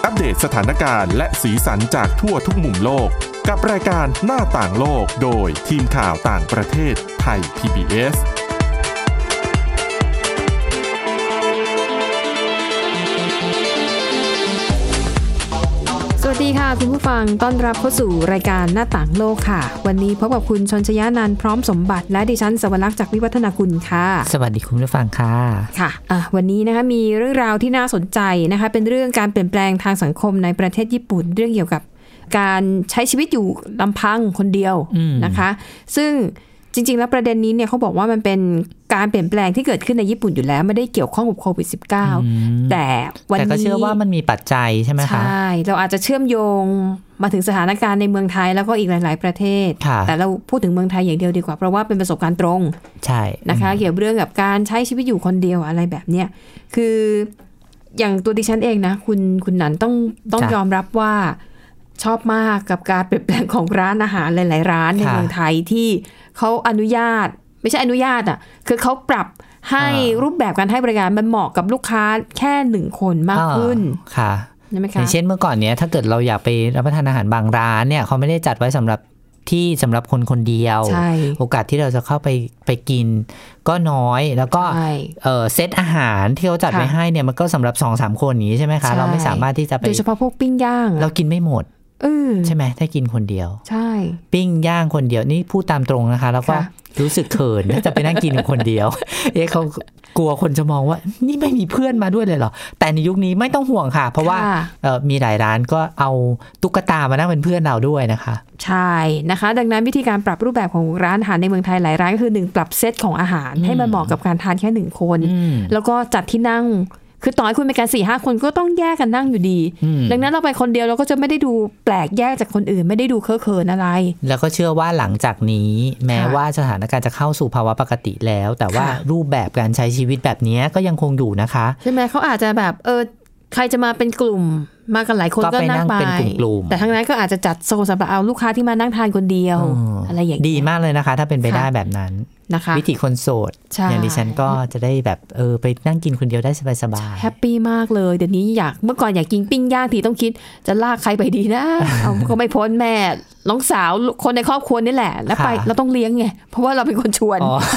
อัปเดตสถานการณ์และสีสันจากทั่วทุกมุมโลกกับรายการหน้าต่างโลกโดยทีมข่าวต่างประเทศไทย PBS สวัสดีค่ะคุณผู้ฟังต้อนรับเข้าสู่รายการหน้าต่างโลกค่ะวันนี้พบกับคุณชนชยานันท์พร้อมสมบัติและดิฉันสวรักษ์จากวิวัฒนาคุณค่ะสวัสดีคุณผู้ฟังค่ะค่ะวันนี้นะคะมีเรื่องราวที่น่าสนใจนะคะเป็นเรื่องการเปลี่ยนแปลงทางสังคมในประเทศญี่ปุ่นเรื่องเกี่ยวกับการใช้ชีวิตอยู่ลำพังคนเดียวนะคะซึ่งจริงๆแล้วประเด็นนี้เนี่ยเขาบอกว่ามันเป็นการเปลี่ยนแปลงที่เกิดขึ้นในญี่ปุ่นอยู่แล้วไม่ได้เกี่ยวข้องกับโควิด -19 แต่วันนี้แต่ก็เชื่อว่ามันมีปัจจัยใช่ไหมคะใช่เราอาจจะเชื่อมโยงมาถึงสถานการณ์ในเมืองไทยแล้วก็อีกหลายๆประเทศแต่เราพูดถึงเมืองไทยอย่างเดียวดีกว่าเพราะว่าเป็นประสบการณ์ตรงใช่นะคะเกี่ยวกับเรื่องกับการใช้ชีวิตอยู่คนเดียวอะไรแบบเนี้ยคืออย่างตัวดิฉันเองนะคุณนันต้องยอมรับว่าชอบมากกับการเปลี่ยนแปลงของร้านอาหารหลายๆร้านในเมืองไทยที่เขาอนุญาตไม่ใช่อนุญาตอ่ะคือเขาปรับให้รูปแบบการให้บริการมันเหมาะกับลูกค้าแค่1คนมากขึ้นค่ะใช่ไหมคะอย่างเช่นเมื่อก่อนเนี้ยถ้าเกิดเราอยากไปรับประทานอาหารบางร้านเนี่ยเขาไม่ได้จัดไว้สำหรับที่สำหรับคนคนเดียวโอกาสที่เราจะเข้าไปกินก็น้อยแล้วก็เซตอาหารที่เขาจัดไว้ให้เนี่ยมันก็สำหรับ 2-3 คนนี้ใช่ไหมคะเราไม่สามารถที่จะไปโดยเฉพาะพวกปิ้งย่างเรากินไม่หมดใช่ไหมถ้ากินคนเดียวใช่ปิ้งย่างคนเดียวนี่พูดตามตรงนะคะแล้วก็รู้สึกเขินจะไปนั่งกินคนเดียวเขากลัวคนจะมองว่านี่ไม่มีเพื่อนมาด้วยเลยเหรอแต่ในยุคนี้ไม่ต้องห่วงค่ะเพราะว่ามีหลายร้านก็เอาตุ๊กตามานั่งเป็นเพื่อนเราด้วยนะคะใช่นะคะดังนั้นวิธีการปรับรูปแบบของร้านอาหารในเมืองไทยหลายร้านก็คือ1ปรับเซตของอาหารให้มันเหมาะกับการทานแค่1คนแล้วก็จัดที่นั่งคือต่อให้คุณเป็นการ 4-5 คนก็ต้องแยกกันนั่งอยู่ดีดังนั้นเราไปคนเดียวเราก็จะไม่ได้ดูแปลกแยกจากคนอื่นไม่ได้ดูเคอะเขินอะไรแล้วก็เชื่อว่าหลังจากนี้แม้ว่าสถานการณ์จะเข้าสู่ภาวะปกติแล้วแต่ว่ารูปแบบการใช้ชีวิตแบบนี้ก็ยังคงอยู่นะคะใช่ไหมเขาอาจจะแบบใครจะมาเป็นกลุ่มมากันหลายคนก็นั่งไปแต่ทั้งนั้นก็อาจจะจัดโซนสำหรับเอาลูกค้าที่มานั่งทานคนเดียวอะไรอย่างนี้ดีมากเลยนะคะถ้าเป็นไปได้แบบนั้นนะคะวิถีคนโสดอย่างดิฉันก็จะได้แบบไปนั่งกินคนเดียวได้สบายๆแฮปปี้มากเลยเดี๋ยวนี้เมื่อก่อนอยากกินปิ้งย่างทีต้องคิดจะลากใครไปดีนะเอาก็ไม่พ้นแม่น้องสาวคนในครอบครัวนี่แหละแล้วไปเราต้องเลี้ยงไงเพราะว่าเราเป็นคนชวน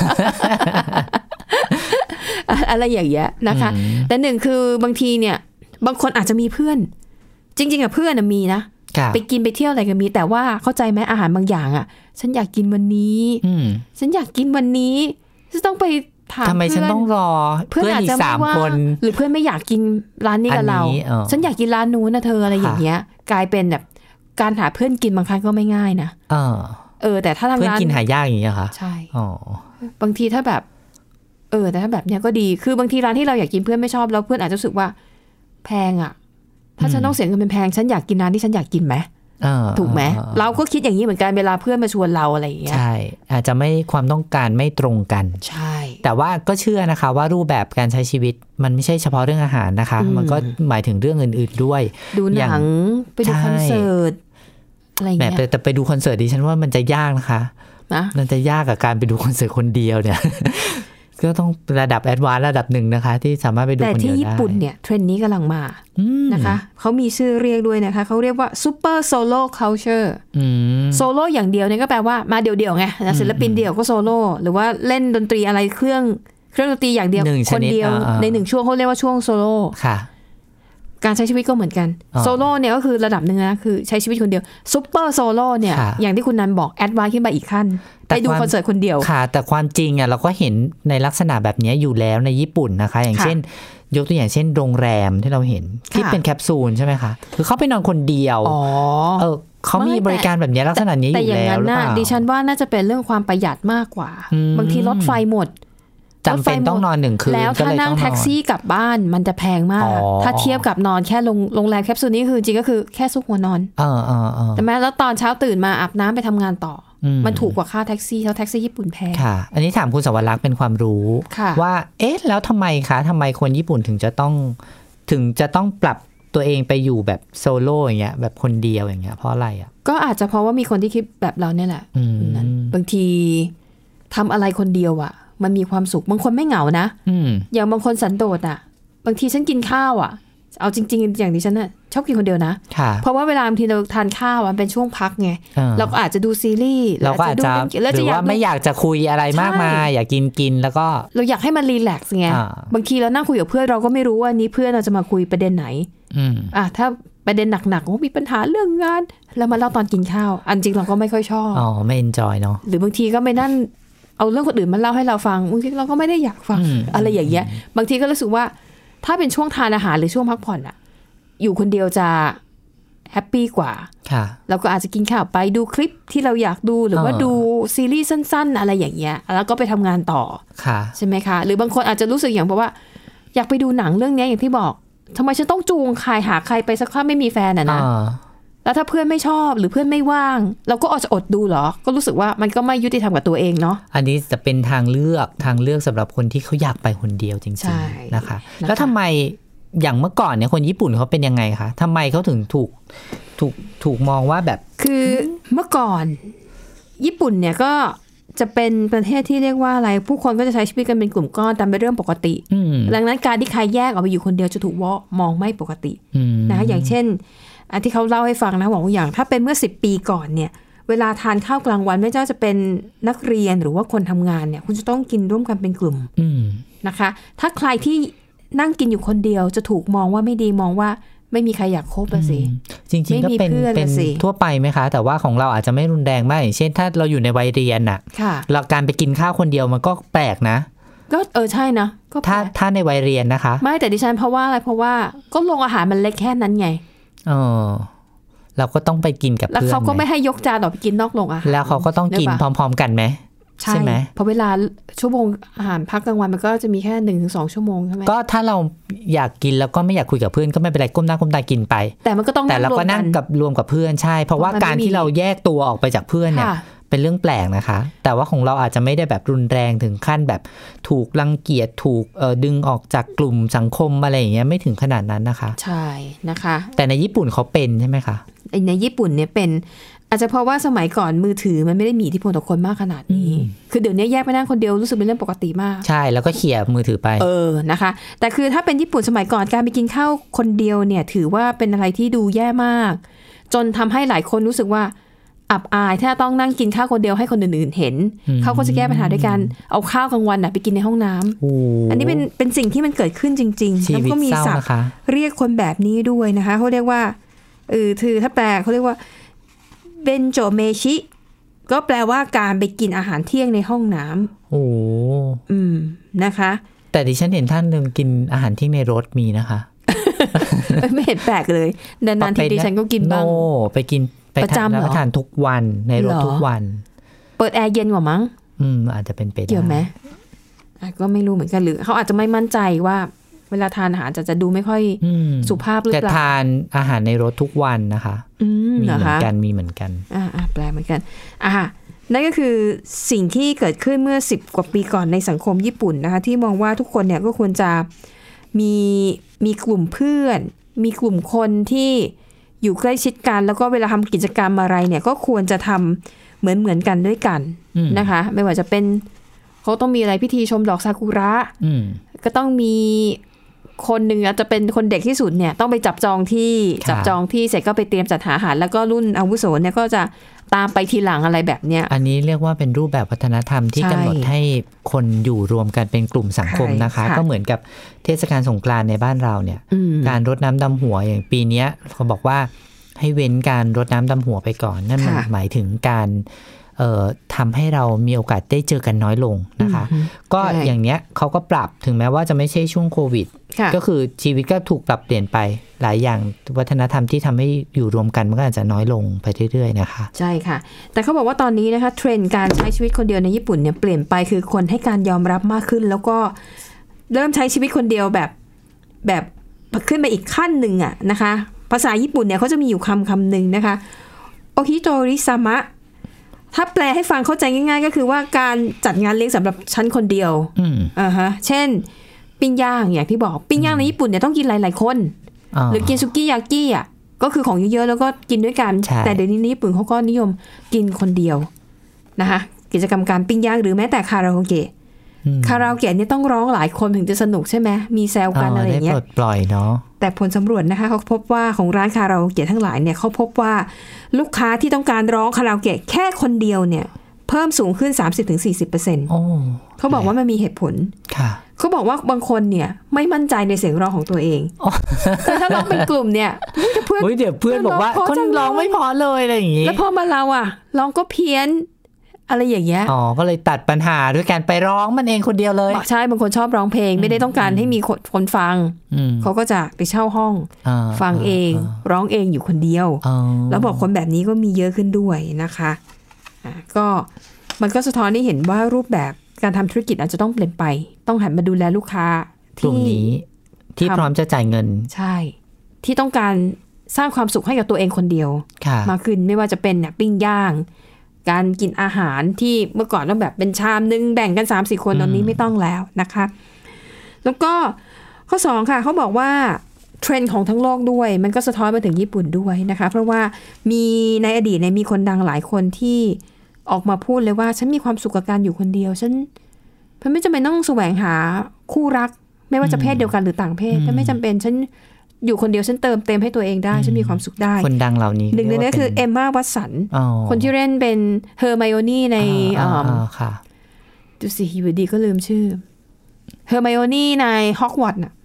อะไรอย่างเงี้ยนะคะแต่หนึ่งคือบางทีเนี่ยบางคนอาจจะมีเพื่อนจริงๆกับเพื่อนมีนะไปกินไปเที่ยวอะไรกันมีแต่ว่าเข้าใจไหมอาหารบางอย่างอ่ะฉันอยากกินวันนี้ฉันอยากกินวันนี้ฉันต้องไปถามทำไมฉันต้องรอเพื่อนอีก3คนหรือเพื่อนไม่อยากกินร้านนี้กับเราฉันอยากกินร้านนู้นนะเธออะไรอย่างเงี้ยกลายเป็นแบบการหาเพื่อนกินบางครั้งก็ไม่ง่ายนะแต่ถ้าทางร้านเพื่อนกินหายากอย่างเงี้ยค่ะใช่บางทีถ้าแบบแต่ถ้าแบบเนี้ยก็ดีคือบางทีร้านที่เราอยากกินเพื่อนไม่ชอบแล้วเพื่อนอาจจะรู้สึกว่าแพงอ่ะถ้าฉันต้องเสียเงินเป็นแพงฉันอยากกินร้านที่ฉันอยากกินไหมถูกไหมเราก็คิดอย่างนี้เหมือนกันเวลาเพื่อนมาชวนเราอะไรอย่างเงี้ยใช่อาจจะไม่ความต้องการไม่ตรงกันใช่แต่ว่าก็เชื่อนะคะว่ารูปแบบการใช้ชีวิตมันไม่ใช่เฉพาะเรื่องอาหารนะคะมันก็หมายถึงเรื่องอื่นๆด้วยดูหนังไปดูคอนเสิร์ตอะไรอย่างเงี้ยแต่ไปดูคอนเสิร์ตดิฉันว่ามันจะยากนะคะมันจะยากกับการไปดูคอนเสิร์ตคนเดียวเนี่ยก็ต้องระดับแอดวานซ์ระดับหนึ่งนะคะที่สามารถไปดูคนเดียวได้แต่ที่ญี่ปุ่นเนี่ยเทรนด์นี้กำลังมานะคะเขามีชื่อเรียกด้วยนะคะเขาเรียกว่า Super Solo Culture โซโล่อย่างเดียวเนี่ยก็แปลว่ามาเดี่ยวๆไงศิลปินเดี่ยวก็โซโล่หรือว่าเล่นดนตรีอะไรเครื่องดนตรีอย่างเดียวคนเดียวใน1ช่วงเขาเรียกว่าช่วงโซโล่การใช้ชีวิตก็เหมือนกันโซโล่เนี่ยก็คือระดับหนึ่งนะคือใช้ชีวิตคนเดียวซุปเปอร์โซโล่เนี่ยอย่างที่คุณนันบอกแอดวานซ์ขึ้นไปอีกขั้นไปดูคอนเสิร์ตคนเดียวค่ะแต่ความจริงอ่ะเราก็เห็นในลักษณะแบบนี้อยู่แล้วในญี่ปุ่นนะคะอย่างเช่นยกตัวอย่างเช่นโรงแรมที่เราเห็นที่เป็นแคปซูลใช่ไหมคะคือเขาไปนอนคนเดียวเขามีบริการแบบนี้ลักษณะนี้อยู่แล้วหรือเปล่าดิฉันว่าน่าจะเป็นเรื่องความประหยัดมากกว่าบางทีรถไฟหมดจำเป็นต้องนอน1คืนแล้วถ้านั่งแท็กซี่กลับบ้านมันจะแพงมากถ้าเทียบกับนอนแค่โรงแรมแคปซูลนี้คือจริงก็คือแค่ซุกหัวนอนแต่แม้แล้วตอนเช้าตื่นมาอาบน้ำไปทำงานต่อมันถูกกว่าค่าแท็กซี่แท็กซี่ญี่ปุ่นแพงค่ะอันนี้ถามคุณสวรักษ์เป็นความรู้ว่าแล้วทำไมคนญี่ปุ่นถึงจะต้องปรับตัวเองไปอยู่แบบโซโล่อย่างเงี้ยแบบคนเดียวอย่างเงี้ยเพราะอะไรอ่ะก็อาจจะเพราะว่ามีคนที่คิดแบบเราเนี่ยแหละบางทีทำอะไรคนเดียวอ่ะมันมีความสุขบางคนไม่เหงานะอย่างบางคนสันโดษอ่ะบางทีฉันกินข้าวอ่ะเอาจริงๆอย่างดิฉันน่ะชอบกินคนเดียวนะเพราะว่าเวลาบางทีเราทานข้าวมันเป็นช่วงพักไงเราก็อาจจะดูซีรีส์เราก็อาจจะหรือว่าไม่อยากจะคุยอะไรมากมายอยากกินแล้วก็เราอยากให้มันรีแลกซ์ไงบางทีเรานั่งคุยกับเพื่อนเราก็ไม่รู้ว่านี้เพื่อนเราจะมาคุยประเด็นไหนถ้าประเด็นหนักๆว่ามีปัญหาเรื่องงานแล้วมาเล่าตอนกินข้าวอันจริงเราก็ไม่ค่อยชอบไม่เอนจอยเนาะหรือบางทีก็ไม่นั่นเอาเรื่องคนอื่นมาเล่าให้เราฟังบางทีเราก็ไม่ได้อยากฟังอะไรอย่างเงี้ยบางทีก็รู้สึกว่าถ้าเป็นช่วงทานอาหารหรือช่วงพักผ่อนอะอยู่คนเดียวจะแฮปปี้กว่าเราก็อาจจะกินข้าวไปดูคลิปที่เราอยากดูหรือว่าดูซีรีส์สั้นๆอะไรอย่างเงี้ยแล้วก็ไปทำงานต่อใช่ไหมคะหรือบางคนอาจจะรู้สึกอย่างเพราะว่าอยากไปดูหนังเรื่องนี้อย่างที่บอกทำไมฉันต้องจูงใครหาใครไปสักครั้งไม่มีแฟนนะแล้วถ้าเพื่อนไม่ชอบหรือเพื่อนไม่ว่างเราก็อดดูเหรอก็รู้สึกว่ามันก็ไม่ยุติธรรมกับตัวเองเนาะอันนี้จะเป็นทางเลือกสำหรับคนที่เขาอยากไปคนเดียวจริงๆนะคะแล้วทำไมอย่างเมื่อก่อนเนี่ยคนญี่ปุ่นเขาเป็นยังไงคะทำไมเขาถึงถูกมองว่าแบบคือเมื่อก่อนญี่ปุ่นเนี่ยก็จะเป็นประเทศที่เรียกว่าอะไรผู้คนก็จะใช้ชีวิตกันเป็นกลุ่มก้อนตามเป็นเรื่องปกติดังนั้นการที่ใครแยกออกไปอยู่คนเดียวจะถูกมองไม่ปกตินะคะอย่างเช่นอันที่เขาเล่าให้ฟังนะบอกว่าอย่างถ้าเป็นเมื่อ10 ปีก่อนเนี่ยเวลาทานข้าวกลางวันไม่ว่าจะเป็นนักเรียนหรือว่าคนทำงานเนี่ยคุณจะต้องกินร่วมกันเป็นกลุ่มนะคะถ้าใครที่นั่งกินอยู่คนเดียวจะถูกมองว่าไม่ดีมองว่าไม่มีใครอยากคบสิจริงๆก็เป็นทั่วไปไหมคะแต่ว่าของเราอาจจะไม่รุนแรงมากอย่างเช่นถ้าเราอยู่ในวัยเรียนน่ะเราการไปกินข้าวคนเดียวมันก็แปลกนะก็ใช่นะก็ถ้าในวัยเรียนนะคะไม่แต่ดิฉันเพราะว่าอะไรเพราะว่าก็โรงอาหารมันเล็กแค่นั้นไงเราก็ต้องไปกินกับเพื่อนแล้วเขาก็ไม่ให้ยกจานออกไปกินนอกโรงอาหารแล้วเขาก็ต้องกินพร้อมๆกันไหมใช่ไหมเพราะเวลาชั่วโมงอาหารพักกลางวันมันก็จะมีแค่ 1-2 ชั่วโมงใช่ไหมก็ถ้าเราอยากกินแล้วก็ไม่อยากคุยกับเพื่อนก็ไม่เป็นไรก้มหน้าก้มตากินไปแต่มันก็ต้องแต่เราก็นั่งกับรวมกับเพื่อนใช่เพราะว่าการที่เราแยกตัวออกไปจากเพื่อนเนี่ยเป็นเรื่องแปลกนะคะแต่ว่าของเราอาจจะไม่ได้แบบรุนแรงถึงขั้นแบบถูกรังเกียจถูกดึงออกจากกลุ่มสังคมอะไรอย่างเงี้ยไม่ถึงขนาดนั้นนะคะใช่นะคะแต่ในญี่ปุ่นเขาเป็นใช่ไหมคะในญี่ปุ่นเนี่ยเป็นอาจจะเพราะว่าสมัยก่อนมือถือมันไม่ได้มีอิทธิพลต่อคนมากขนาดนี้คือเดี๋ยวนี้แยกไปนั่งคนเดียวรู้สึกเป็นเรื่องปกติมากใช่แล้วก็เขี่ยมือถือไปนะคะแต่คือถ้าเป็นญี่ปุ่นสมัยก่อนการไปกินข้าวคนเดียวเนี่ยถือว่าเป็นอะไรที่ดูแย่มากจนทำให้หลายคนรู้สึกว่าอับอายถ้าต้องนั่งกินข้าวคนเดียวให้คนอื่นๆเห็นเขาก็จะแก้ปัญหาด้วยการเอาข้าวกลางวันไปกินในห้องน้ำอันนี้เป็นสิ่งที่มันเกิดขึ้นจริงๆแล้วก็มีศัพท์เรียกคนแบบนี้ด้วยนะคะเขาเรียกว่าคือถ้าแปลเขาเรียกว่าเบนโจเมชิก็แปลว่าการไปกินอาหารเที่ยงในห้องน้ำนะคะแต่ดิฉันเห็นท่านหนึ่งกินอาหารเที่ยงในรถมีนะคะไม่เห็นแปลกเลยนานๆทีดิฉันก็กินบ้างไปกินประจำเหรอทานทุกวันในรถทุกวันเปิดแอร์เย็นกว่ามั้งอาจจะเป็นไปได้เกี่ยวไหมก็ไม่รู้เหมือนกันหรือเขาอาจจะไม่มั่นใจว่าเวลาทานอาหารจะดูไม่ค่อยสุภาพหรือเปล่าแต่ทานอาหารในรถทุกวันนะคะมีเหมือนกันแปลเหมือนกันนั่นก็คือสิ่งที่เกิดขึ้นเมื่อ10 กว่าปีก่อนในสังคมญี่ปุ่นนะคะที่มองว่าทุกคนเนี่ยก็ควรจะมีกลุ่มเพื่อนมีกลุ่มคนที่อยู่ใกล้ชิดกันแล้วก็เวลาทำกิจกรรมอะไรเนี่ยก็ควรจะทำเหมือนกันด้วยกันนะคะไม่ว่าจะเป็นเขาต้องมีอะไรพิธีชมดอกซากุระก็ต้องมีคนหนึ่งอาจจะเป็นคนเด็กที่สุดเนี่ยต้องไปจับจองที่เสร็จก็ไปเตรียมจัดหาอาหารแล้วก็รุ่นอาวุโสเนี่ยก็จะตามไปทีหลังอะไรแบบเนี้ยอันนี้เรียกว่าเป็นรูปแบบวัฒนธรรมที่กำหนดให้คนอยู่รวมกันเป็นกลุ่มสังคมนะคะก็เหมือนกับเทศกาลสงกรานต์ในบ้านเราเนี่ยการรดน้ำดำหัวอย่างปีนี้เขาบอกว่าให้เว้นการรดน้ำดำหัวไปก่อนนั่นหมายถึงการทำให้เรามีโอกาสได้เจอกันน้อยลงนะคะก็อย่างเนี้ยเขาก็ปรับถึงแม้ว่าจะไม่ใช่ช่วงโควิดก็คือชีวิตก็ถูกปรับเปลี่ยนไปหลายอย่างวัฒนธรรมที่ทำให้อยู่รวมกันมันก็อาจจะน้อยลงไปเรื่อยๆนะคะใช่ค่ะแต่เขาบอกว่าตอนนี้นะคะเทรนด์การใช้ชีวิตคนเดียวในญี่ปุ่นเนี่ยเปลี่ยนไปคือคนให้การยอมรับมากขึ้นแล้วก็เริ่มใช้ชีวิตคนเดียวแบบขึ้นไปอีกขั้นหนึ่งอะนะคะภาษาญี่ปุ่นเนี่ยเขาจะมีอยู่คำหนึ่งนะคะโอฮิโตริซามะถ้าแปลให้ฟังเข้าใจง่ายๆก็คือว่าการจัดงานเลี้ยงสำหรับฉันคนเดียวเช่นปิ้งย่างอย่างที่บอกปิ้งย่างในญี่ปุ่นเนี่ยต้องกินหลายๆคนหรือกินซุกี้ยากิอ่ะก็คือของเยอะๆแล้วก็กินด้วยกันแต่เดี๋ยวนี้ญี่ปุ่นเขาก็นิยมกินคนเดียวนะคะกิจกรรมการปิ้งย่างหรือแม้แต่คาราโอเกะคาราโอเกะนี่ต้องร้องหลายคนถึงจะสนุกใช่ไหมมีแซวกันอะไรอย่างเงี้ยปลดปล่อยเนาะแต่ผลสำรวจนะคะเขาพบว่าของร้านคาราโอเกะทั้งหลายเนี่ยเขาพบว่าลูกค้าที่ต้องการร้องคาราโอเกะแค่คนเดียวเนี่ยเพิ่มสูงขึ้น 30-40% เขาบอกว่ามันมีเหตุผลเขาบอกว่าบางคนเนี่ยไม่มั่นใจในเสียงร้องของตัวเองแต่ถ้าร้องเป็นกลุ่มเนี่ยเดี๋ยวเพื่อนบอกว่าคนร้องไม่พอเลยอะไรอย่างงี้แล้วพอมาเราร้องก็เพี้ยนอะไรอย่างเงี้ยก็เลยตัดปัญหาด้วยการไปร้องมันเองคนเดียวเลยใช่บางคนชอบร้องเพลงไม่ได้ต้องการให้มีคนฟังเขาก็จะไปเช่าห้องฟังเองร้องเองอยู่คนเดียวแล้วบอกคนแบบนี้ก็มีเยอะขึ้นด้วยนะคะก็มันก็สะท้อนให้เห็นว่ารูปแบบการทำธุรกิจอาจจะต้องเปลี่ยนไปต้องหันมาดูแลลูกค้ากลุ่มนี้ที่พร้อมจะจ่ายเงินใช่ที่ต้องการสร้างความสุขให้กับตัวเองคนเดียวมาขึ้นไม่ว่าจะเป็นปิ้งย่างการกินอาหารที่เมื่อก่อนต้องแบบเป็นชามนึงแบ่งกัน 3-4 คนตอนนี้ไม่ต้องแล้วนะคะแล้วก็ข้อ2ค่ะเขาบอกว่าเทรนด์ของทั้งโลกด้วยมันก็สะท้อนมาถึงญี่ปุ่นด้วยนะคะเพราะว่ามีในอดีตมีคนดังหลายคนที่ออกมาพูดเลยว่าฉันมีความสุขกับการอยู่คนเดียวฉันไม่จำเป็นต้องแสวงหาคู่รักไม่ว่าจะเพศเดียวกันหรือต่างเพศไม่จำเป็นฉันอยู่คนเดียวฉันเติมเต็มให้ตัวเองได้ฉันมีความสุขได้คนดังเหล่านี้หนึ่งในนั้นคือเอมม่าวัตสันคนที่เล่นเป็นเฮอร์ไมโอนี่ในดูสิอยู่ดีก็ลืมชื่อเฮอร์ไมโอนี่ในฮอกวอตส์น่ะ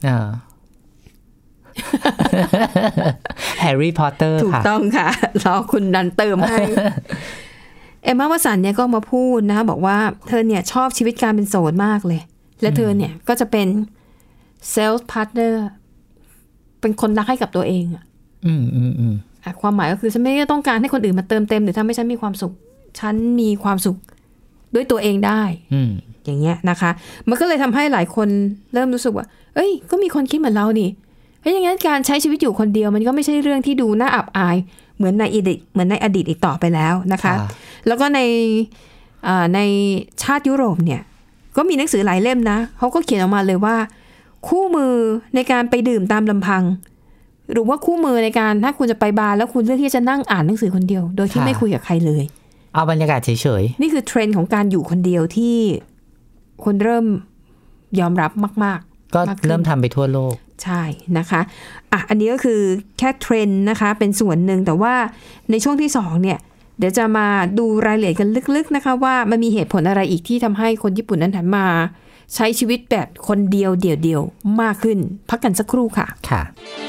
แฮร์รี่พอตเตอร์ถูกต้องค่ะรอคุณดันเติมให้เอมม่าวัตสันเนี่ยก็มาพูดนะคะบอกว่าเธอเนี่ยชอบชีวิตการเป็นโสดมากเลยและเธอเนี่ยก็จะเป็นเซลส์พาร์ทเนอร์เป็นคนรักให้กับตัวเองความหมายก็คือฉันไม่ได้ต้องการให้คนอื่นมาเติมเต็มหรือทำให้ฉันมีความสุขฉันมีความสุขด้วยตัวเองได้อย่างเงี้ยนะคะมันก็เลยทำให้หลายคนเริ่มรู้สึกว่าเอ้ยก็มีคนคิดเหมือนเรานี่เพราะอย่างนั้นการใช้ชีวิตอยู่คนเดียวมันก็ไม่ใช่เรื่องที่ดูน่าอับอายเหมือนในอดีตอีกต่อไปแล้วนะคะแล้วก็ในชาติยุโรปเนี่ยก็มีหนังสือหลายเล่มนะเขาก็เขียนออกมาเลยว่าคู่มือในการไปดื่มตามลำพังหรือว่าคู่มือในการถ้าคุณจะไปบาร์แล้วคุณเลือกที่จะนั่งอ่านหนังสือคนเดียวโดยที่ไม่คุยกับใครเลยเอาบรรยากาศเฉยๆนี่คือเทรนด์ของการอยู่คนเดียวที่คนเริ่มยอมรับมากๆก็เริ่มทำไปทั่วโลกใช่นะคะอันนี้ก็คือแค่เทรนด์นะคะเป็นส่วนหนึ่งแต่ว่าในช่วงที่2เนี่ยเดี๋ยวจะมาดูรายละเอียดกันลึกๆนะคะว่ามันมีเหตุผลอะไรอีกที่ทำให้คนญี่ปุ่นนั้นหันมาใช้ชีวิตแบบคนเดียวเดี่ยวๆมากขึ้นพักกันสักครู่ค่ะค่ะ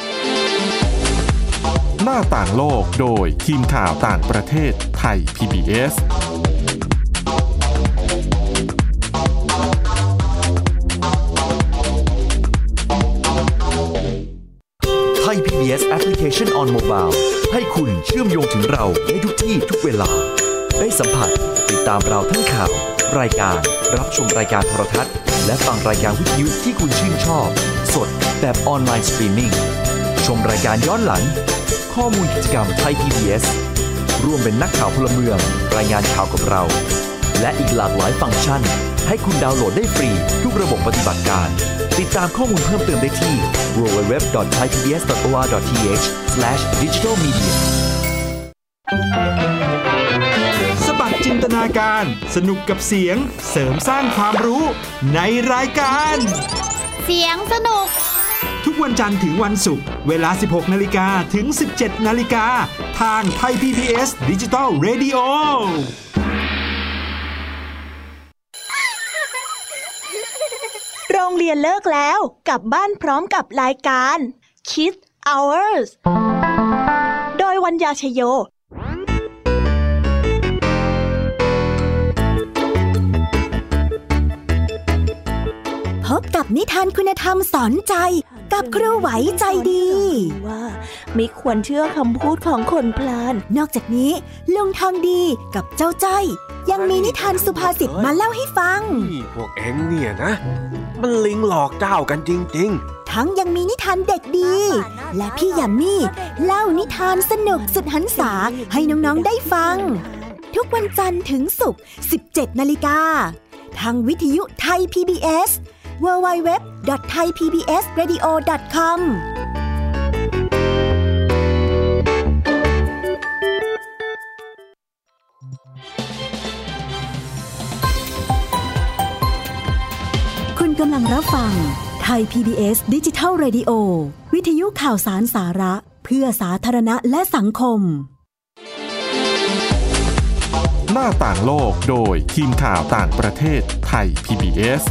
หน้าต่างโลกโดยทีมข่าวต่างประเทศไทย PBS ไทย PBS Application on Mobile ให้คุณเชื่อมโยงถึงเราได้ทุกที่ทุกเวลาได้สัมผัสติดตามเราทั้งข่าวรายการรับชมรายการโทรทัศน์และฟังรายการวิทยุที่คุณชื่นชอบสดแบบออนไลน์สตรีมมิ่งชมรายการย้อนหลังข้อมูลกิจกรรมไทย PBS ร่วมเป็นนักข่าวพลเมืองรายงานข่าวกับเราและอีกหลากหลายฟังก์ชันให้คุณดาวน์โหลดได้ฟรีทุกระบบปฏิบัติการติดตามข้อมูลเพิ่มเติมได้ที่ www.thaipbs.or.th/digitalmedia สบัดจินตนาการสนุกกับเสียงเสริมสร้างความรู้ในรายการเสียงสนุกทุกวันจันทร์ถึงวันศุกร์เวลา 16:00 นถึง 17:00 นทางไทย PBS Digital Radio โรงเรียนเลิกแล้วกลับบ้านพร้อมกับรายการ Kids Hours โดยวัญญาชโยพบกับนิทานคุณธรรมสอนใจกับครูไหวใจดีว่าไม่ควรเชื่อคำพูดของคนพลานนอกจากนี้ลุงทองดีกับเจ้าจ้อยยังมีนิทานสุภาษิตมาเล่าให้ฟังนี่พวกเอ็งเนี่ยนะมันลิงหลอกเจ้ากันจริงๆทั้งยังมีนิทานเด็กดีและพี่ยามีเล่านิทานสนุกสุดหรรษาให้น้องๆได้ฟังทุกวันจันทร์ถึงศุกร์ 17:00 นทางวิทยุไทย PBS www.thaipbsradio.com รับฟังไทย PBS Digital Radio วิทยุข่าวสารสาระเพื่อสาธารณะและสังคมหน้าต่างโลกโดยทีมข่าวต่างประเทศไทย PBS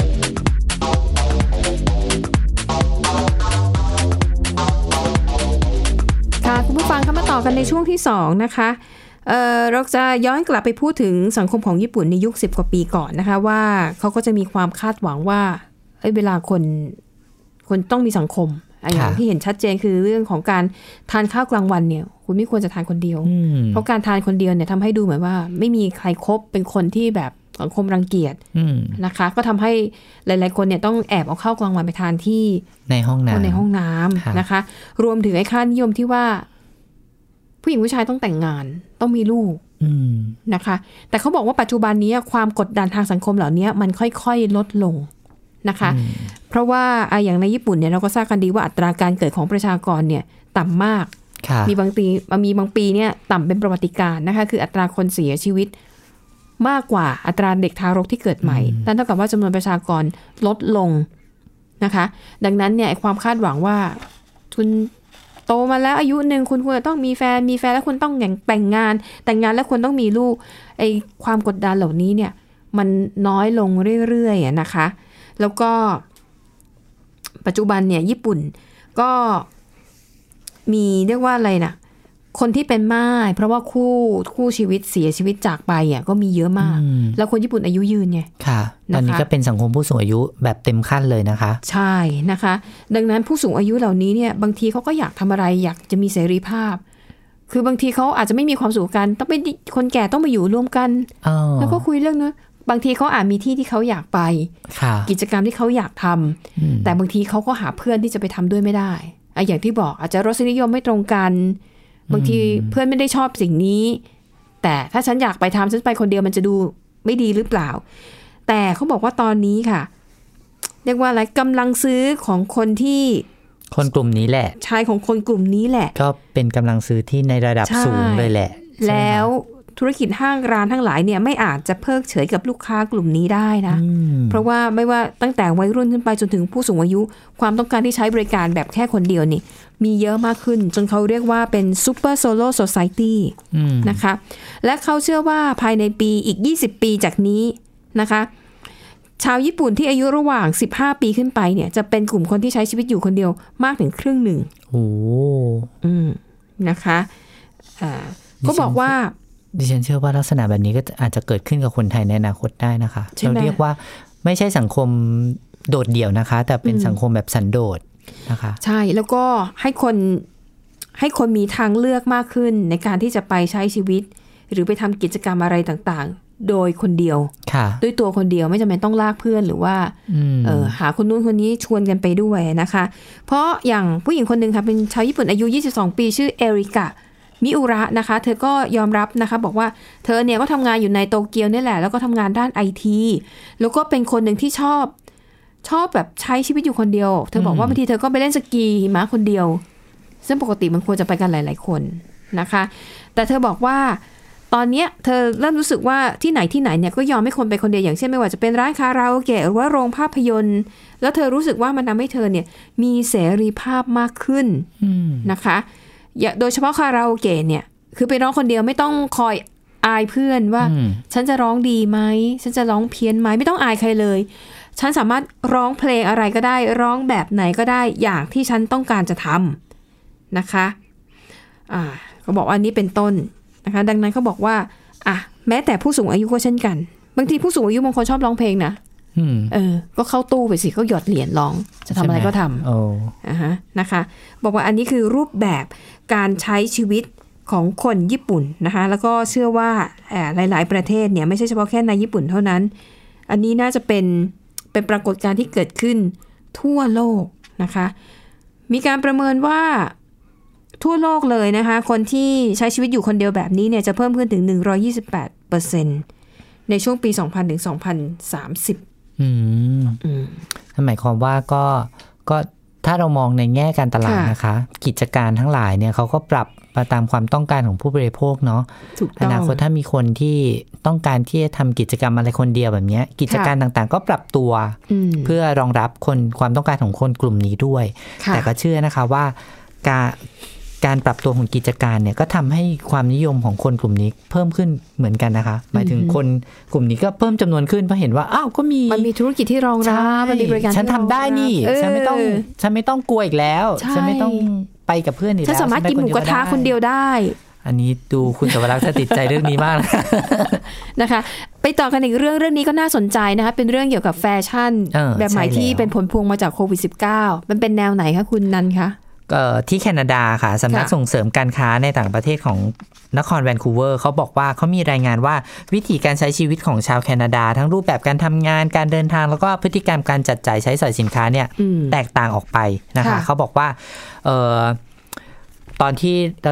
ค่ะคุณผู้ฟังเข้ามาต่อกันในช่วงที่2นะคะเราจะย้อนกลับไปพูดถึงสังคมของญี่ปุ่นในยุค10 กว่าปีก่อนนะคะว่าเขาก็จะมีความคาดหวังว่าเวลาคนต้องมีสังคมอย่างที่เห็นชัดเจนคือเรื่องของการทานข้าวกลางวันเนี่ยคุณไม่ควรจะทานคนเดียวเพราะการทานคนเดียวเนี่ยทำให้ดูเหมือนว่าไม่มีใครคบเป็นคนที่แบบสังคมรังเกียจนะคะก็ทำให้หลายๆคนเนี่ยต้องแอบเอาข้าวกลางวันไปทานที่ในห้องน้ำนะคะรวมถึงไอ้ค่านิยมที่ว่าผู้หญิงผู้ชายต้องแต่งงานต้องมีลูกนะคะแต่เขาบอกว่าปัจจุบันนี้ความกดดันทางสังคมเหล่านี้มันค่อยๆลดลงนะคะเพราะว่าอย่างในญี่ปุ่นเนี่ยเราก็ทราบกันดีว่าอัตราการเกิดของประชากรเนี่ยต่ำมากมีบางปีเนี่ยต่ำเป็นประวัติการณ์นะคะคืออัตราคนเสียชีวิตมากกว่าอัตราเด็กทารกที่เกิดใหม่นั่นเท่ากับว่าจำนวนประชากรลดลงนะคะดังนั้นเนี่ยความคาดหวังว่าคุณโตมาแล้วอายุหนึ่งคุณควรจะต้องมีแฟนแล้วคุณต้องแต่งงานแล้วคุณต้องมีลูกไอ้ความกดดันเหล่านี้เนี่ยมันน้อยลงเรื่อยๆนะคะแล้วก็ปัจจุบันเนี่ยญี่ปุ่นก็มีเรียกว่าอะไรนะคนที่เป็นม่ายเพราะว่าคู่ชีวิตเสียชีวิตจากไปก็มีเยอะมากแล้วคนญี่ปุ่นอายุยืนไงค่ะตอนนี้ก็เป็นสังคมผู้สูงอายุแบบเต็มขั้นเลยนะคะใช่นะคะดังนั้นผู้สูงอายุเหล่านี้เนี่ยบางทีเขาก็อยากทำอะไรอยากจะมีเสรีภาพคือบางทีเขาอาจจะไม่มีความสุขกันต้องเป็นคนแก่ต้องมาอยู่ร่วมกันแล้วก็คุยเรื่องนู้นบางทีเขาอาจมีที่ที่เขาอยากไปกิจกรรมที่เขาอยากทำแต่บางทีเขาก็หาเพื่อนที่จะไปทำด้วยไม่ได้อย่างที่บอกอาจจะรสนิยมไม่ตรงกันบางทีเพื่อนไม่ได้ชอบสิ่งนี้แต่ถ้าฉันอยากไปทำฉันไปคนเดียวมันจะดูไม่ดีหรือเปล่าแต่เขาบอกว่าตอนนี้ค่ะเรียกว่าอะไรกำลังซื้อของคนที่คนกลุ่มนี้แหละชายของคนกลุ่มนี้แหละก็เป็นกำลังซื้อที่ในระดับสูงเลยแหละแล้วธุรกิจห้างร้านทั้งหลายเนี่ยไม่อาจจะเพิกเฉยกับลูกค้ากลุ่มนี้ได้นะเพราะว่าไม่ว่าตั้งแต่วัยรุ่นขึ้นไปจนถึงผู้สูงอายุความต้องการที่ใช้บริการแบบแค่คนเดียวนี่มีเยอะมากขึ้นจนเขาเรียกว่าเป็นซูเปอร์โซโล่โซไซตี้นะคะและเขาเชื่อว่าภายในปีอีก20ปีจากนี้นะคะชาวญี่ปุ่นที่อายุระหว่าง15ปีขึ้นไปเนี่ยจะเป็นกลุ่มคนที่ใช้ชีวิตอยู่คนเดียวมากถึงครึ่งหนึ่งโอ้นะคะก็บอกว่าดิฉันเชื่อว่าลักษณะแบบนี้ก็อาจจะเกิดขึ้นกับคนไทยในอนาคตได้นะคะเราเรียกว่าไม่ใช่สังคมโดดเดี่ยวนะคะแต่เป็นสังคมแบบสันโดษนะคะใช่แล้วก็ให้คนมีทางเลือกมากขึ้นในการที่จะไปใช้ชีวิตหรือไปทำกิจกรรมอะไรต่างๆโดยคนเดียวด้วยตัวคนเดียวไม่จำเป็นต้องลากเพื่อนหรือว่าหาคนนู้นคนนี้ชวนกันไปด้วยนะคะเพราะอย่างผู้หญิงคนนึงค่ะเป็นชาวญี่ปุ่นอายุ22ปีชื่อเอริกะมิอุระนะคะเธอก็ยอมรับนะคะบอกว่าเธอเนี่ยก็ทำงานอยู่ในโตเกียวนี่แหละแล้วก็ทำงานด้านไอทีแล้วก็เป็นคนหนึ่งที่ชอบแบบใช้ชีวิตอยู่คนเดียวเธอบอกว่าบางทีเธอก็ไปเล่นสกีหิมะคนเดียวซึ่งปกติมันควรจะไปกันหลายๆคนนะคะแต่เธอบอกว่าตอนนี้เธอเริ่มรู้สึกว่าที่ไหนเนี่ยก็ยอมให้คนไปคนเดียวอย่างเช่นไม่ว่าจะเป็นร้านคาราโอเกะหรือว่าโรงภาพยนตร์แล้วเธอรู้สึกว่ามันทำให้เธอเนี่ยมีเสรีภาพมากขึ้นนะคะโดยเฉพาะคาราโอเกะเนี่ยคือไปร้องคนเดียวไม่ต้องคอยอายเพื่อนว่าฉันจะร้องดีไหมฉันจะร้องเพี้ยนไหมไม่ต้องอายใครเลยฉันสามารถร้องเพลงอะไรก็ได้ร้องแบบไหนก็ได้อย่างที่ฉันต้องการจะทำนะคะเขาบอกว่าอันนี้เป็นต้นนะคะดังนั้นเขาบอกว่าแม้แต่ผู้สูงอายุก็เช่นกันบางทีผู้สูงอายุบางคนชอบร้องเพลงนะก็เข้าตู้ไปสิก็หยอดเหรียญร้องจะทำอะไรก็ทำนะคะบอกว่าอันนี้คือรูปแบบการใช้ชีวิตของคนญี่ปุ่นนะคะแล้วก็เชื่อว่าหลายๆประเทศเนี่ยไม่ใช่เฉพาะแค่ในญี่ปุ่นเท่านั้นอันนี้น่าจะเป็นปรากฏการณ์ที่เกิดขึ้นทั่วโลกนะคะมีการประเมินว่าทั่วโลกเลยนะคะคนที่ใช้ชีวิตอยู่คนเดียวแบบนี้เนี่ยจะเพิ่มขึ้นถึง 128% ในช่วงปี 2000 ถึง 2030 นั่นหมายความว่าก็ถ้าเรามองในแง่การตลาดนะคะกิจการทั้งหลายเนี่ยเขาก็ปรับมาตามความต้องการของผู้บริโภคเนาะอนาคตถ้ามีคนที่ต้องการที่จะทำกิจกรรมอะไรคนเดียวแบบนี้กิจการต่างๆก็ปรับตัวเพื่อรองรับความต้องการของคนกลุ่มนี้ด้วยแต่ก็เชื่อนะคะว่าการปรับตัวของกิจการเนี่ยก็ทำให้ความนิยมของคนกลุ่มนี้เพิ่มขึ้นเหมือนกันนะคะหมายถึงคนกลุ่มนี้ก็เพิ่มจำนวนขึ้นเพราะเห็นว่าอ้าวก็มันมีธุรกิจที่รองรับมันมีบริการฉันทำได้นี่ฉันไม่ต้องกลัวอีกแล้วฉันไม่ต้องไปกับเพื่อนอีกแล้วฉันสามารถกินหมูกระทะคนเดียวได้อันนี้ดูคุณสวรักษ์จะติดใจเรื่องนี้มากนะคะไปต่อกันอีกเรื่องนี้ก็น่าสนใจนะคะเป็นเรื่องเกี่ยวกับแฟชั่นแบบใหม่ที่เป็นผลพวงมาจากโควิด -19 มันเป็นแนวไหนคะคุณนันคะที่แคนาดาค่ะสำนักส่งเสริมการค้าในต่างประเทศของนครแวนคูเวอร์เขาบอกว่าเขามีรายงานว่าวิธีการใช้ชีวิตของชาวแคนาดาทั้งรูปแบบการทำงานการเดินทางแล้วก็พฤติกรรมการจัดจ่ายใช้สอยสินค้าเนี่ยแตกต่างออกไปนะคะเขาบอกว่าตอนที่เรา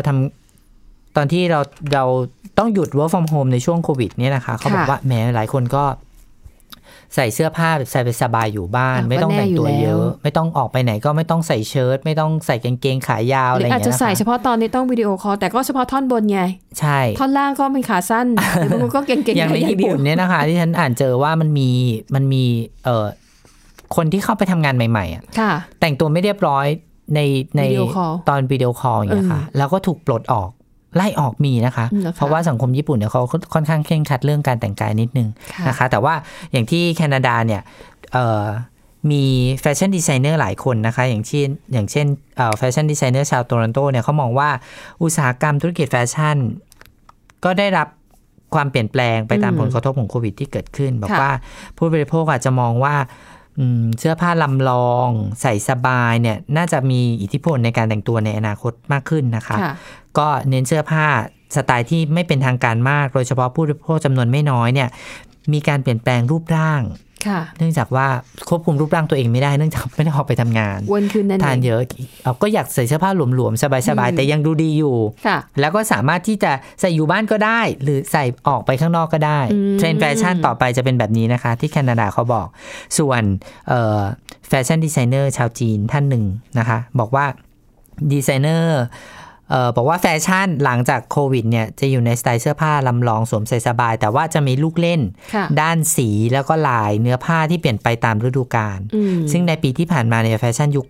ต้องหยุด work from home ในช่วงโควิดเนี่ยนะคะเขาบอกว่าแม้หลายคนก็ใส่เสื้อผ้าใส่ไปสบายอยู่บ้านไม่ต้องแต่งตัวเยอะไม่ต้องออกไปไหนก็ไม่ต้องใส่เชิ้ตไม่ต้องใส่กางเกงขายาวอะไรอย่างเงี้ยอาจจะใส่เฉพาะตอนนี้ต้องวิดีโอคอลแต่ก็เฉพาะท่อนบนไงใช่ท่อนล่างก็เป็นขาสั้นบางคนก็เกงๆอย่างในญี่ปุ่นเนี่ยนะคะที่ฉันอ่านเจอว่ามันมีคนที่เข้าไปทำงานใหม่ๆอ่ะแต่งตัวไม่เรียบร้อยในตอนวิดีโอคอลอย่างเงี้ยค่ะแล้วก็ถูกปลดออกไล่ออกมีนะคะเพราะว่าสังคมญี่ปุ่นเนี่ยเขาค่อนข้างเคร่งครัดเรื่องการแต่งกายนิดนึงนะคะแต่ว่าอย่างที่แคนาดาเนี่ยมีแฟชั่นดีไซเนอร์หลายคนนะคะอย่างเช่นแฟชั่นดีไซเนอร์ชาวโตรอนโตเนี่ยเขามองว่าอุตสาหกรรมธุรกิจแฟชั่นก็ได้รับความเปลี่ยนแปลงไปตามผลกระทบของโควิดที่เกิดขึ้นบอกว่าผู้บริโภคอาจจะมองว่าเสื้อผ้าลำลองใส่สบายเนี่ยน่าจะมีอิทธิพลในการแต่งตัวในอนาคตมากขึ้นนะคะก็เน้นเสื้อผ้าสไตล์ที่ไม่เป็นทางการมากโดยเฉพาะผู้บริโภคจำนวนไม่น้อยเนี่ยมีการเปลี่ยนแปลงรูปร่างเนื่องจากว่าควบคุมรูปร่างตัวเองไม่ได้เนื่องจากไม่ได้ออกไปทำงานทานเยอะก็อยากใส่เสื้อผ้าหลวมๆสบายๆแต่ยังดูดีอยู่แล้วก็สามารถที่จะใส่อยู่บ้านก็ได้หรือใส่ออกไปข้างนอกก็ได้เทรนด์แฟชั่นต่อไปจะเป็นแบบนี้นะคะที่แคนาดาเขาบอกส่วนแฟชั่นดีไซเนอร์ชาวจีนท่านหนึ่งนะคะบอกว่าดีไซเนอร์บอกว่าแฟชั่นหลังจากโควิดเนี่ยจะอยู่ในสไตล์เสื้อผ้าลำลองสวมใส่สบายแต่ว่าจะมีลูกเล่นด้านสีแล้วก็ลายเนื้อผ้าที่เปลี่ยนไปตามฤดูกาลซึ่งในปีที่ผ่านมาในแฟชั่นยุค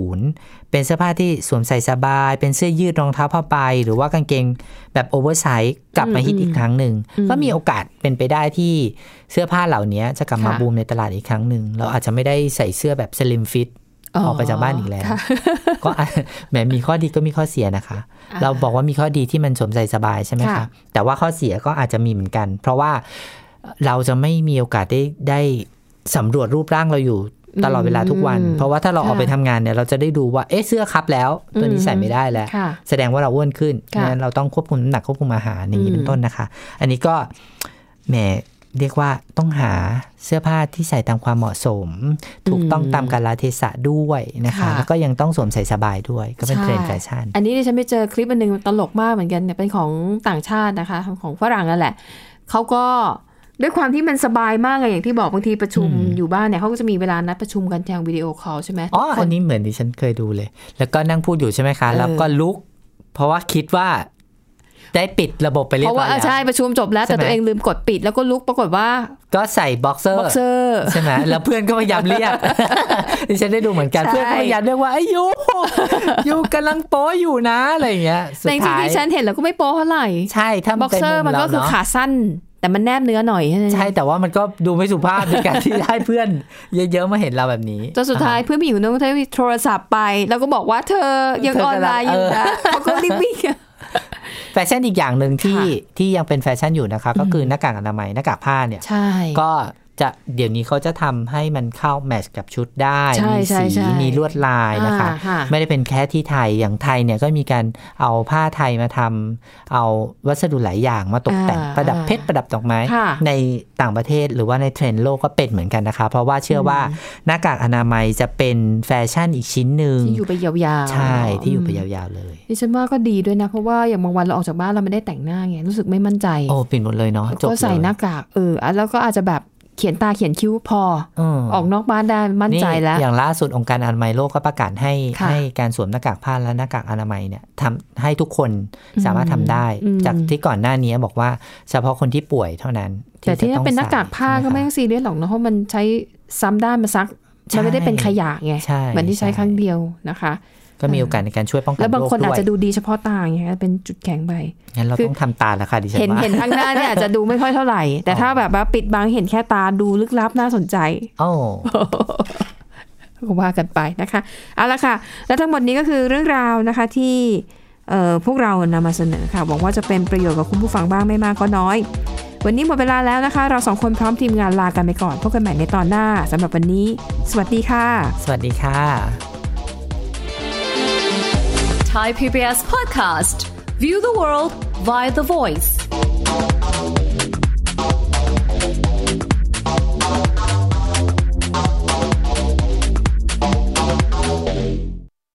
90เป็นเสื้อผ้าที่สวมใส่สบายเป็นเสื้อยืดรองเท้าผ้าใบหรือว่ากางเกงแบบโอเวอร์ไซส์กลับมาฮิตอีกครั้งหนึ่งก็มีโอกาสเป็นไปได้ที่เสื้อผ้าเหล่านี้จะกลับมาบูมในตลาดอีกครั้งหนึ่งเราอาจจะไม่ได้ใส่เสื้อแบบสลิมฟิตออกไปจากบ้านอีกแล้วก็แม้มีข้อดีก็มีข้อเสียนะคะเราบอกว่ามีข้อดีที่มันสวมใส่สบายใช่ไหมคะแต่ว่าข้อเสียก็อาจจะมีเหมือนกันเพราะว่าเราจะไม่มีโอกาสได้สำรวจรูปร่างเราอยู่ตลอดเวลาทุกวันเพราะว่าถ้าเราออกไปทำงานเนี่ยเราจะได้ดูว่าเสื้อคับแล้วตัวนี้ใส่ไม่ได้แล้วแสดงว่าเราอ้วนขึ้นงั้นเราต้องควบคุมน้ำหนักควบคุมอาหารอย่างนี้เป็นต้นนะคะอันนี้ก็แหมเรียกว่าต้องหาเสื้อผ้าที่ใส่ตามความเหมาะสมถูกต้องตามกาลเทศะด้วยนะคะแล้วก็ยังต้องสวมใส่สบายด้วยก็เป็นเทรนด์แฟชั่นอันนี้ดิฉันไปเจอคลิปอันนึงตลกมากเหมือนกันเนี่ยเป็นของต่างชาตินะคะของฝรั่งนั่นแหละเขาก็ด้วยความที่มันสบายมากอย่างที่บอกบางทีประชุมอยู่บ้านเนี่ยเขาก็จะมีเวลานัดประชุมกันทางวิดีโอคอลใช่ไหมอันนี้เหมือนที่ฉันเคยดูเลยแล้วก็นั่งพูดอยู่ใช่ไหมคะแล้วก็ลุกเพราะว่าคิดว่าได้ปิดระบบไปเรียบร้อยแล้วเพราะว่าใช่ประชุมจบแล้วแต่ตัวเองลืมกดปิดแล้วก็ลุกปรากฏว่าก็ใส่บ็อกเซอร์ใช่ไหมแล้วเพื่อนก็พยายามเรียกดิฉันได้ดูเหมือนกันเพื่อนก็พยายามเรียกว่าไอ้ยูกำลังโป๊อยู่นะอะไรอย่างเงี้ยแต่จริงๆที่ฉันเห็นแล้วก็ไม่โป๊เท่าไหร่ใช่ถ้าบ็อกเซอร์มันก็คือขาสั้นแต่มันแนบเนื้อหน่อยใช่แต่ว่ามันก็ดูไม่สุภาพในการที่ให้เพื่อนเยอะๆมาเห็นเราแบบนี้จนสุดท้ายเพื่อนผู้หญิงต้องใช้โทรศัพท์ไปแล้วก็บอกว่าเธอยังออนไลน์อยู่นะเขาก็รีบวิ่งแฟชั่นอีกอย่างหนึ่งที่ยังเป็นแฟชั่นอยู่นะคะก็คือหน้ากากอนามัยหน้ากากผ้าเนี่ยก็จะเดี๋ยวนี้เขาจะทำให้มันเข้าแมทช์กับชุดได้มีสีมีลวดลายนะคะไม่ได้เป็นแค่ที่ไทยอย่างไทยเนี่ยก็มีการเอาผ้าไทยมาทำเอาวัสดุหลายอย่างมาตกแต่งประดับเพชรประดับดอกไม้ในต่างประเทศหรือว่าในเทรนด์โลกก็เป็นเหมือนกันนะคะเพราะว่าเชื่อว่าหน้ากากอนามัยจะเป็นแฟชั่นอีกชิ้นหนึ่งที่อยู่ไปยาวๆใช่ที่อยู่ไปยาวๆเลยดิฉันว่าก็ดีด้วยนะเพราะว่าอย่างบางวันเราออกจากบ้านเราไม่ได้แต่งหน้าไงรู้สึกไม่มั่นใจโอ้ปิดหมดเลยเนาะก็ใส่หน้ากากแล้วก็อาจจะแบบเขียนตาเขียนคิ้วพอออกนอกบ้านได้มั่นใจแล้วอย่างล่าสุดองค์การอนามัยโลกก็ประกาศให้การสวมหน้ากากผ้าและหน้ากากอนามัยเนี่ยทำให้ทุกคนสามารถทำได้จากที่ก่อนหน้านี้บอกว่าเฉพาะคนที่ป่วยเท่านั้นแต่ที่ถ้าเป็นหน้ากากผ้าก็ไม่ต้องซีเรียสหรอกเนาะเพราะมันใช้ซ้ำได้มาซักมันไม่ได้เป็นขยะไงเหมือนที่ใช้ครั้งเดียวนะคะก็มีโอกาสในการช่วยป้องกันโรคด้วยแล้วบางคนอาจจะดูดีเฉพาะตาไงเป็นจุดแข็งไปงั้นเราต้องทำตาแล้วค่ะดิฉันว่าเห็นข้างหน้าเนี่ยอาจจะดูไม่ค่อยเท่าไหร่แต่ถ้าแบบว่าปิดบังเห็นแค่ตาดูลึกลับน่าสนใจก็ว่ากันไปนะคะเอาละค่ะแล้วทั้งหมดนี้ก็คือเรื่องราวนะคะที่พวกเรานำมาเสนอค่ะหวังว่าจะเป็นประโยชน์กับคุณผู้ฟังบ้างไม่มากก็น้อยวันนี้หมดเวลาแล้วนะคะเรา2คนพร้อมทีมงานลากันไปก่อนพบกันใหม่ในตอนหน้าสำหรับวันนี้สวัสดีค่ะสวัสดีค่ะ Thai PBS Podcast. View the world via the voice.